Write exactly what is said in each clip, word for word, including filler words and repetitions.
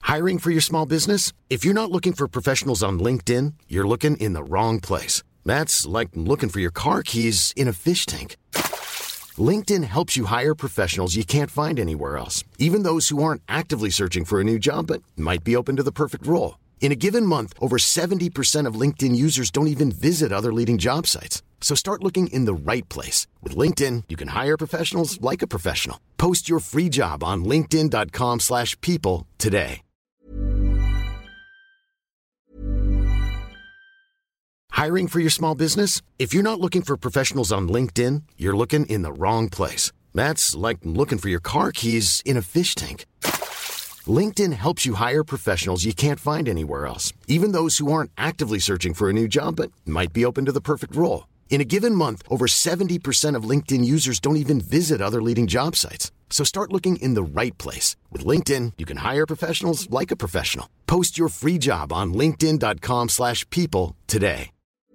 Hiring for your small business? If you're not looking for professionals on LinkedIn, you're looking in the wrong place. That's like looking for your car keys in a fish tank. LinkedIn helps you hire professionals you can't find anywhere else, even those who aren't actively searching for a new job but might be open to the perfect role. In a given month, over seventy percent of LinkedIn users don't even visit other leading job sites. So start looking in the right place. With LinkedIn, you can hire professionals like a professional. Post your free job on linkedin.com slash people today. Hiring for your small business? If you're not looking for professionals on LinkedIn, you're looking in the wrong place. That's like looking for your car keys in a fish tank. LinkedIn helps you hire professionals you can't find anywhere else, even those who aren't actively searching for a new job but might be open to the perfect role. In a given month, over seventy percent of LinkedIn users don't even visit other leading job sites. So start looking in the right place. With LinkedIn, you can hire professionals like a professional. Post your free job on linkedin.com slash people today.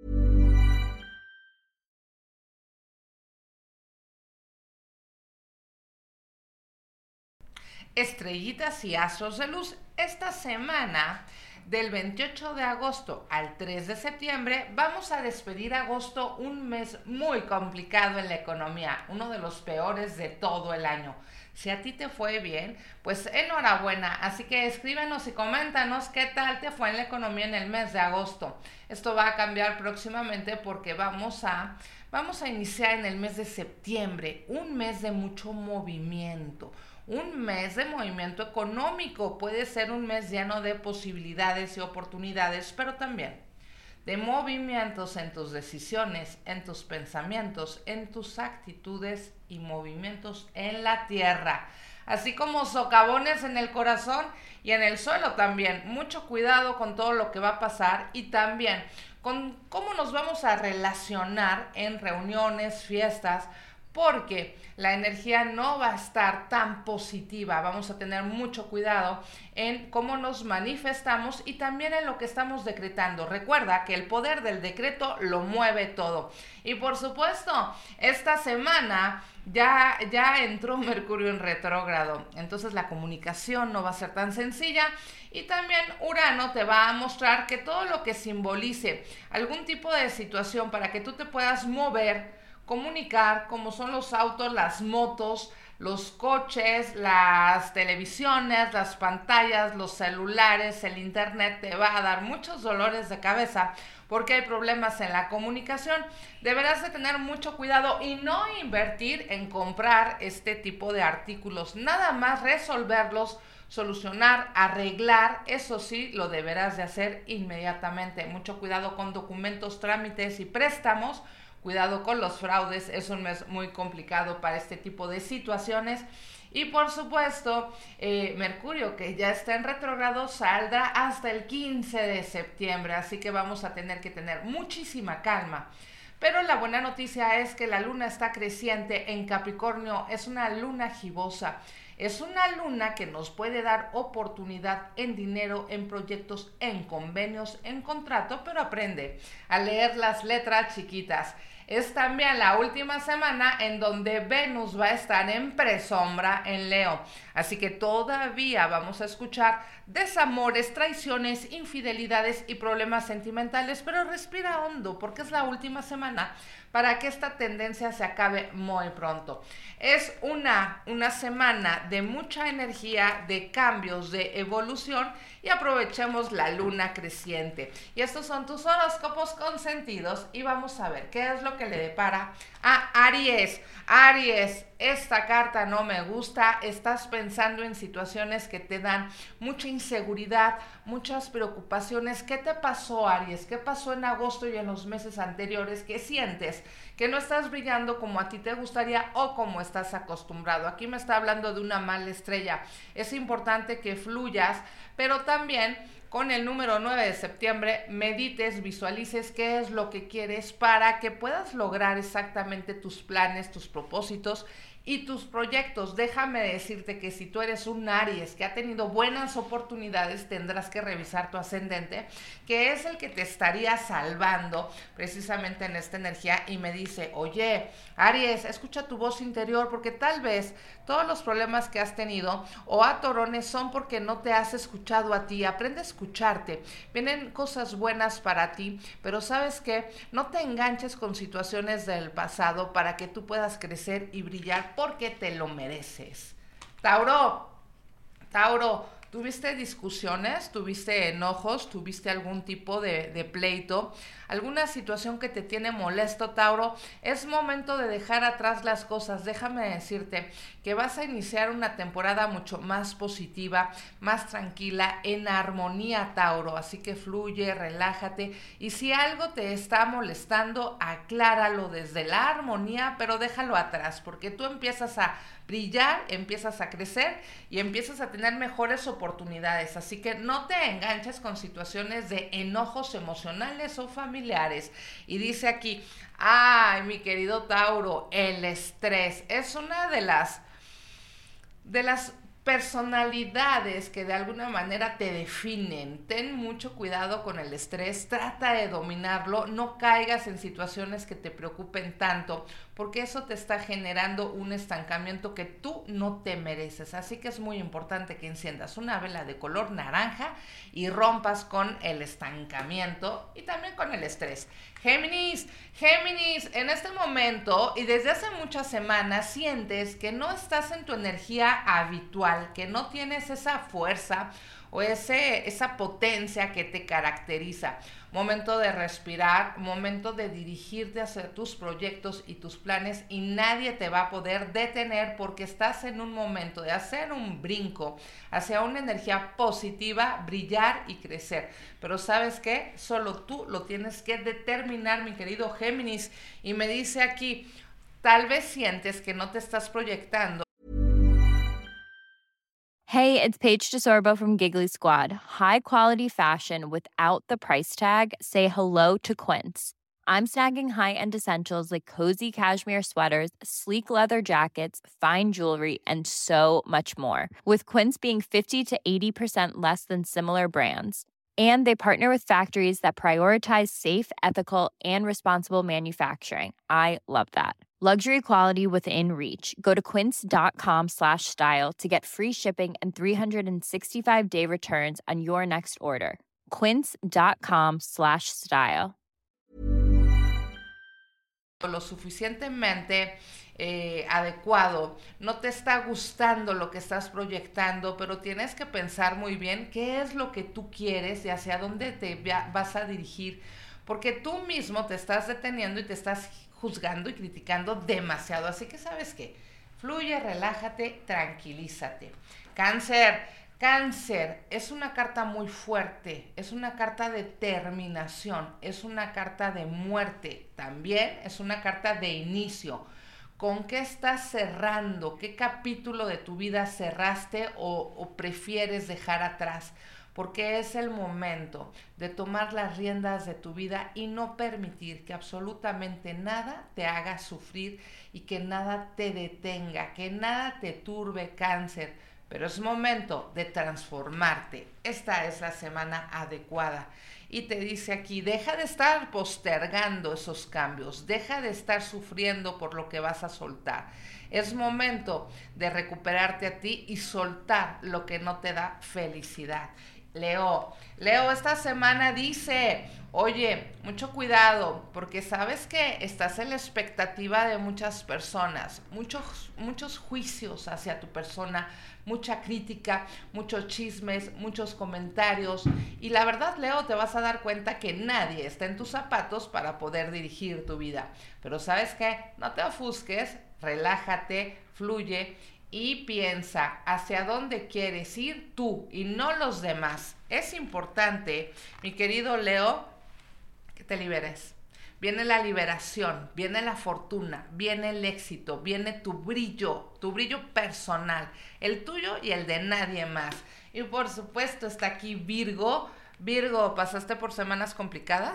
Estrellitas y astros de luz, esta semana del veintiocho de agosto al tres de septiembre vamos a despedir agosto, un mes muy complicado en la economía, uno de los peores de todo el año. Si a ti te fue bien, pues enhorabuena, así que escríbenos y coméntanos qué tal te fue en la economía en el mes de agosto. Esto va a cambiar próximamente porque vamos a, vamos a iniciar en el mes de septiembre, un mes de mucho movimiento. Un mes de movimiento económico, puede ser un mes lleno de posibilidades y oportunidades, pero también de movimientos en tus decisiones, en tus pensamientos, en tus actitudes y movimientos en la tierra, así como socavones en el corazón y en el suelo también. Mucho cuidado con todo lo que va a pasar y también con cómo nos vamos a relacionar en reuniones, fiestas, porque la energía no va a estar tan positiva. Vamos a tener mucho cuidado en cómo nos manifestamos y también en lo que estamos decretando. Recuerda que el poder del decreto lo mueve todo. Y por supuesto, esta semana ya, ya entró Mercurio en retrógrado. Entonces la comunicación no va a ser tan sencilla. Y también Urano te va a mostrar que todo lo que simbolice algún tipo de situación para que tú te puedas mover, comunicar, como son los autos, las motos, los coches, las televisiones, las pantallas, los celulares, el internet, te va a dar muchos dolores de cabeza porque hay problemas en la comunicación. Deberás de tener mucho cuidado y no invertir en comprar este tipo de artículos, nada más resolverlos, solucionar, arreglar, eso sí lo deberás de hacer inmediatamente. Mucho cuidado con documentos, trámites y préstamos. Cuidado con los fraudes, es un mes muy complicado para este tipo de situaciones. Y por supuesto, eh, Mercurio, que ya está en retrógrado, saldrá hasta el quince de septiembre, así que vamos a tener que tener muchísima calma. Pero la buena noticia es que la luna está creciente en Capricornio, es una luna gibosa. Es una luna que nos puede dar oportunidad en dinero, en proyectos, en convenios, en contrato, pero aprende a leer las letras chiquitas. Es también la última semana en donde Venus va a estar en presombra en Leo. Así que todavía vamos a escuchar desamores, traiciones, infidelidades y problemas sentimentales, pero respira hondo porque es la última semana para que esta tendencia se acabe muy pronto. Es una, una semana de mucha energía, de cambios, de evolución y aprovechemos la luna creciente. Y estos son tus horóscopos consentidos y vamos a ver qué es lo que le depara a Aries. Aries, esta carta no me gusta, estás pensando en situaciones que te dan mucha inseguridad, muchas preocupaciones. ¿Qué te pasó, Aries? ¿Qué pasó en agosto y en los meses anteriores? ¿Qué sientes? Que no estás brillando como a ti te gustaría o como estás acostumbrado. Aquí me está hablando de una mala estrella. Es importante que fluyas, pero también con el número nueve de septiembre medites, visualices qué es lo que quieres para que puedas lograr exactamente tus planes, tus propósitos, y tus proyectos. Déjame decirte que si tú eres un Aries que ha tenido buenas oportunidades, tendrás que revisar tu ascendente, que es el que te estaría salvando precisamente en esta energía, y me dice, oye, Aries, escucha tu voz interior, porque tal vez todos los problemas que has tenido o atorones son porque no te has escuchado a ti. Aprende a escucharte. Vienen cosas buenas para ti, pero ¿sabes qué? No te enganches con situaciones del pasado para que tú puedas crecer y brillar, porque te lo mereces. Tauro, Tauro, ¿tuviste discusiones? ¿Tuviste enojos? ¿Tuviste algún tipo de, de pleito? ¿Alguna situación que te tiene molesto, Tauro? Es momento de dejar atrás las cosas. Déjame decirte que vas a iniciar una temporada mucho más positiva, más tranquila, en armonía, Tauro. Así que fluye, relájate, y si algo te está molestando, acláralo desde la armonía, pero déjalo atrás, porque tú empiezas a brillar, empiezas a crecer y empiezas a tener mejores oportunidades. Así que no te enganches con situaciones de enojos emocionales o familiares. Y dice aquí, ay, mi querido Tauro, el estrés es una de las de las personalidades que de alguna manera te definen. Ten mucho cuidado con el estrés, trata de dominarlo, no caigas en situaciones que te preocupen tanto, porque eso te está generando un estancamiento que tú no te mereces. Así que es muy importante que enciendas una vela de color naranja y rompas con el estancamiento y también con el estrés. Géminis, Géminis, en este momento y desde hace muchas semanas sientes que no estás en tu energía habitual, que no tienes esa fuerza o ese, esa potencia que te caracteriza. Momento de respirar, momento de dirigirte hacia tus proyectos y tus planes, y nadie te va a poder detener, porque estás en un momento de hacer un brinco hacia una energía positiva, brillar y crecer. Pero ¿sabes qué? Solo tú lo tienes que determinar, mi querido Géminis. Y me dice aquí, tal vez sientes que no te estás proyectando. Hey, it's Paige DeSorbo from Giggly Squad. High quality fashion without the price tag. Say hello to Quince. I'm snagging high-end essentials like cozy cashmere sweaters, sleek leather jackets, fine jewelry, and so much more. With Quince being fifty to eighty percent less than similar brands. And they partner with factories that prioritize safe, ethical, and responsible manufacturing. I love that. Luxury quality within reach. Go to quince.com slash style to get free shipping and three sixty-five day returns on your next order. Quince.com slash style. Lo suficientemente eh, adecuado, no te está gustando lo que estás proyectando, pero tienes que pensar muy bien qué es lo que tú quieres y hacia dónde te vas a dirigir, porque tú mismo te estás deteniendo y te estás juzgando y criticando demasiado. Así que, ¿sabes qué? Fluye, relájate, tranquilízate. Cáncer. Cáncer es una carta muy fuerte, es una carta de terminación, es una carta de muerte, también es una carta de inicio. ¿Con qué estás cerrando? ¿Qué capítulo de tu vida cerraste o, o prefieres dejar atrás? Porque es el momento de tomar las riendas de tu vida y no permitir que absolutamente nada te haga sufrir y que nada te detenga, que nada te turbe, Cáncer. Pero es momento de transformarte. Esta es la semana adecuada. Y te dice aquí, deja de estar postergando esos cambios, deja de estar sufriendo por lo que vas a soltar. Es momento de recuperarte a ti y soltar lo que no te da felicidad. Leo, Leo, esta semana dice, oye, mucho cuidado, porque sabes que estás en la expectativa de muchas personas, muchos, muchos juicios hacia tu persona, mucha crítica, muchos chismes, muchos comentarios, y la verdad, Leo, te vas a dar cuenta que nadie está en tus zapatos para poder dirigir tu vida. Pero ¿sabes qué? No te ofusques, relájate, fluye y piensa hacia dónde quieres ir tú y no los demás. Es importante, mi querido Leo, que te liberes. Viene la liberación, viene la fortuna, viene el éxito, viene tu brillo, tu brillo personal, el tuyo y el de nadie más. Y por supuesto está aquí Virgo. Virgo, ¿pasaste por semanas complicadas?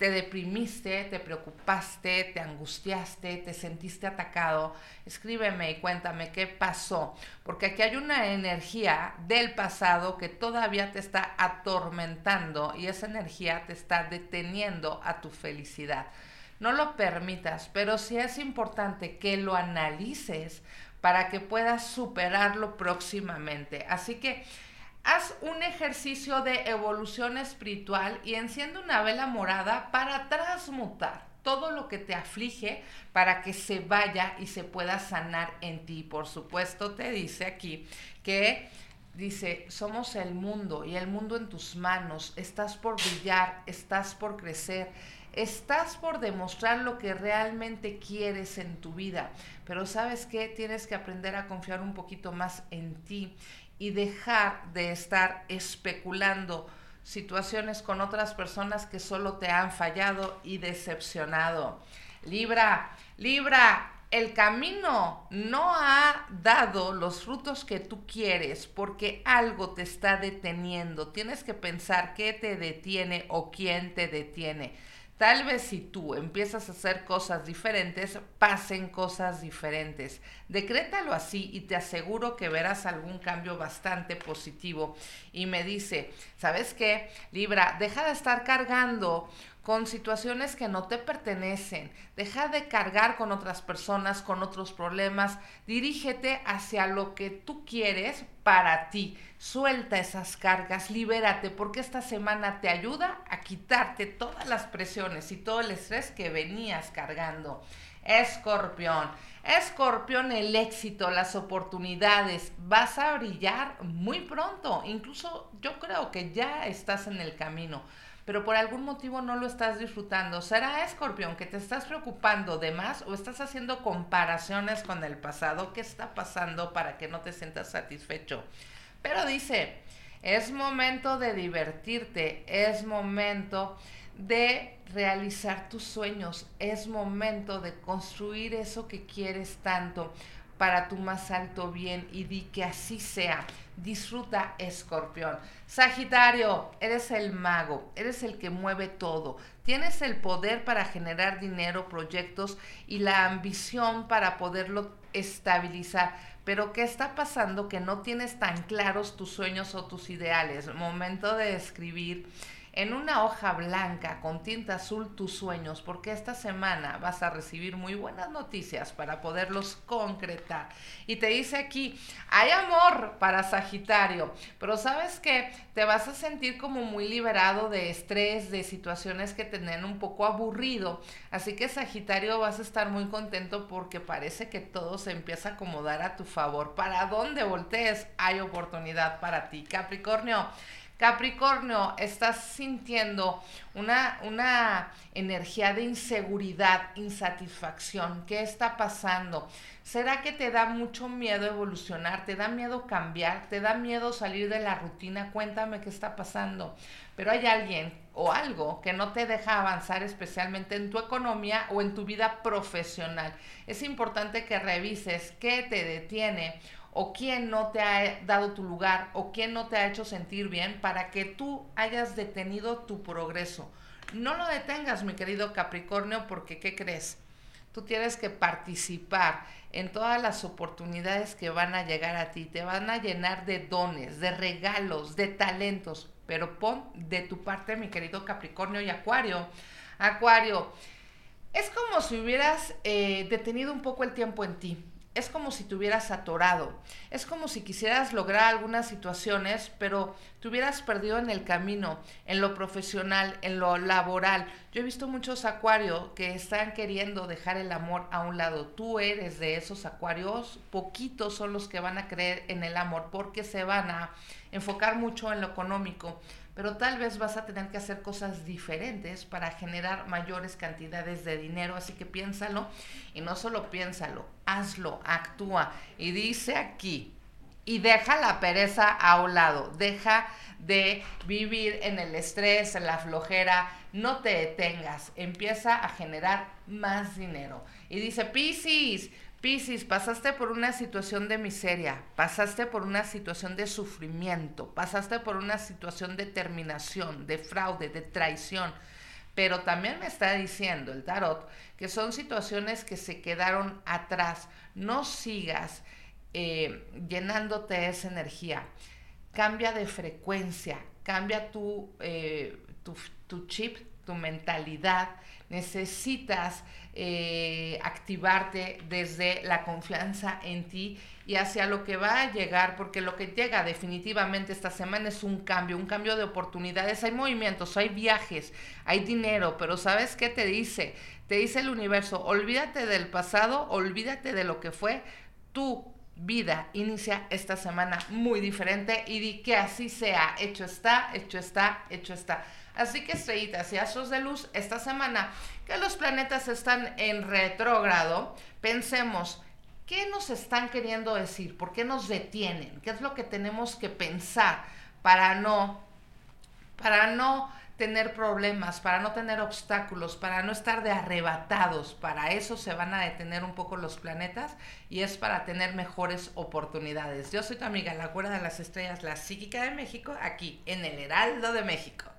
te deprimiste, te preocupaste, te angustiaste, te sentiste atacado, escríbeme y cuéntame qué pasó, porque aquí hay una energía del pasado que todavía te está atormentando y esa energía te está deteniendo a tu felicidad. No lo permitas, pero sí es importante que lo analices para que puedas superarlo próximamente. Así que haz un ejercicio de evolución espiritual y enciende una vela morada para transmutar todo lo que te aflige para que se vaya y se pueda sanar en ti. Por supuesto, te dice aquí que dice, somos el mundo y el mundo en tus manos. Estás por brillar, estás por crecer, estás por demostrar lo que realmente quieres en tu vida. Pero ¿sabes qué? Tienes que aprender a confiar un poquito más en ti y dejar de estar especulando situaciones con otras personas que solo te han fallado y decepcionado. Libra, Libra, el camino no ha dado los frutos que tú quieres porque algo te está deteniendo. Tienes que pensar qué te detiene o quién te detiene. Tal vez si tú empiezas a hacer cosas diferentes, pasen cosas diferentes. Decrétalo así y te aseguro que verás algún cambio bastante positivo. Y me dice, ¿sabes qué? Libra, deja de estar cargando con situaciones que no te pertenecen. Deja de cargar con otras personas, con otros problemas. Dirígete hacia lo que tú quieres para ti. Suelta esas cargas, libérate, porque esta semana te ayuda a quitarte todas las presiones y todo el estrés que venías cargando. Escorpión, Escorpión, el éxito, las oportunidades, vas a brillar muy pronto. Incluso yo creo que ya estás en el camino, pero por algún motivo no lo estás disfrutando. ¿Será, Escorpión, que te estás preocupando de más o estás haciendo comparaciones con el pasado? ¿Qué está pasando para que no te sientas satisfecho? Pero dice, es momento de divertirte, es momento de realizar tus sueños, es momento de construir eso que quieres tanto para tu más alto bien y di que así sea. Disfruta, Escorpión. Sagitario, eres el mago, eres el que mueve todo. Tienes el poder para generar dinero, proyectos y la ambición para poderlo estabilizar. Pero ¿qué está pasando? Que no tienes tan claros tus sueños o tus ideales. Momento de escribir en una hoja blanca con tinta azul tus sueños, porque esta semana vas a recibir muy buenas noticias para poderlos concretar. Y te dice aquí, hay amor para Sagitario, pero ¿sabes qué? Te vas a sentir como muy liberado de estrés, de situaciones que te tienen un poco aburrido. Así que, Sagitario, vas a estar muy contento porque parece que todo se empieza a acomodar a tu favor. Para donde voltees hay oportunidad para ti. Capricornio, Capricornio, estás sintiendo una, una energía de inseguridad, insatisfacción. ¿Qué está pasando? ¿Será que te da mucho miedo evolucionar? ¿Te da miedo cambiar? ¿Te da miedo salir de la rutina? Cuéntame qué está pasando. Pero hay alguien o algo que no te deja avanzar, especialmente en tu economía o en tu vida profesional. Es importante que revises qué te detiene o quién no te ha dado tu lugar, o quién no te ha hecho sentir bien para que tú hayas detenido tu progreso. No lo detengas, mi querido Capricornio, porque ¿qué crees? Tú tienes que participar en todas las oportunidades que van a llegar a ti. Te van a llenar de dones, de regalos, de talentos, pero pon de tu parte, mi querido Capricornio. Y Acuario, Acuario, es como si hubieras eh, detenido un poco el tiempo en ti. Es como si te hubieras atorado, es como si quisieras lograr algunas situaciones, pero te hubieras perdido en el camino, en lo profesional, en lo laboral. Yo he visto muchos Acuarios que están queriendo dejar el amor a un lado. Tú eres de esos Acuarios, poquitos son los que van a creer en el amor porque se van a enfocar mucho en lo económico. Pero tal vez vas a tener que hacer cosas diferentes para generar mayores cantidades de dinero, así que piénsalo, y no solo piénsalo, hazlo, actúa. Y dice aquí, y deja la pereza a un lado, deja de vivir en el estrés, en la flojera, no te detengas, empieza a generar más dinero. Y dice, Piscis, Piscis, pasaste por una situación de miseria, pasaste por una situación de sufrimiento, pasaste por una situación de terminación, de fraude, de traición, pero también me está diciendo el tarot que son situaciones que se quedaron atrás. No sigas eh, llenándote de esa energía. Cambia de frecuencia, cambia tu, eh, tu, tu chip, tu mentalidad. Necesitas eh, activarte desde la confianza en ti y hacia lo que va a llegar, porque lo que llega definitivamente esta semana es un cambio, un cambio de oportunidades. Hay movimientos, hay viajes, hay dinero, pero ¿sabes qué te dice? Te dice el universo, olvídate del pasado, olvídate de lo que fue. Tu vida inicia esta semana muy diferente y di que así sea. Hecho está, hecho está, hecho está. Así que estrellitas y astros de luz, esta semana que los planetas están en retrógrado, pensemos, ¿qué nos están queriendo decir? ¿Por qué nos detienen? ¿Qué es lo que tenemos que pensar para no, para no tener problemas, para no tener obstáculos, para no estar de arrebatados? Para eso se van a detener un poco los planetas y es para tener mejores oportunidades. Yo soy tu amiga, la Güera de las Estrellas, la psíquica de México, aquí en el Heraldo de México.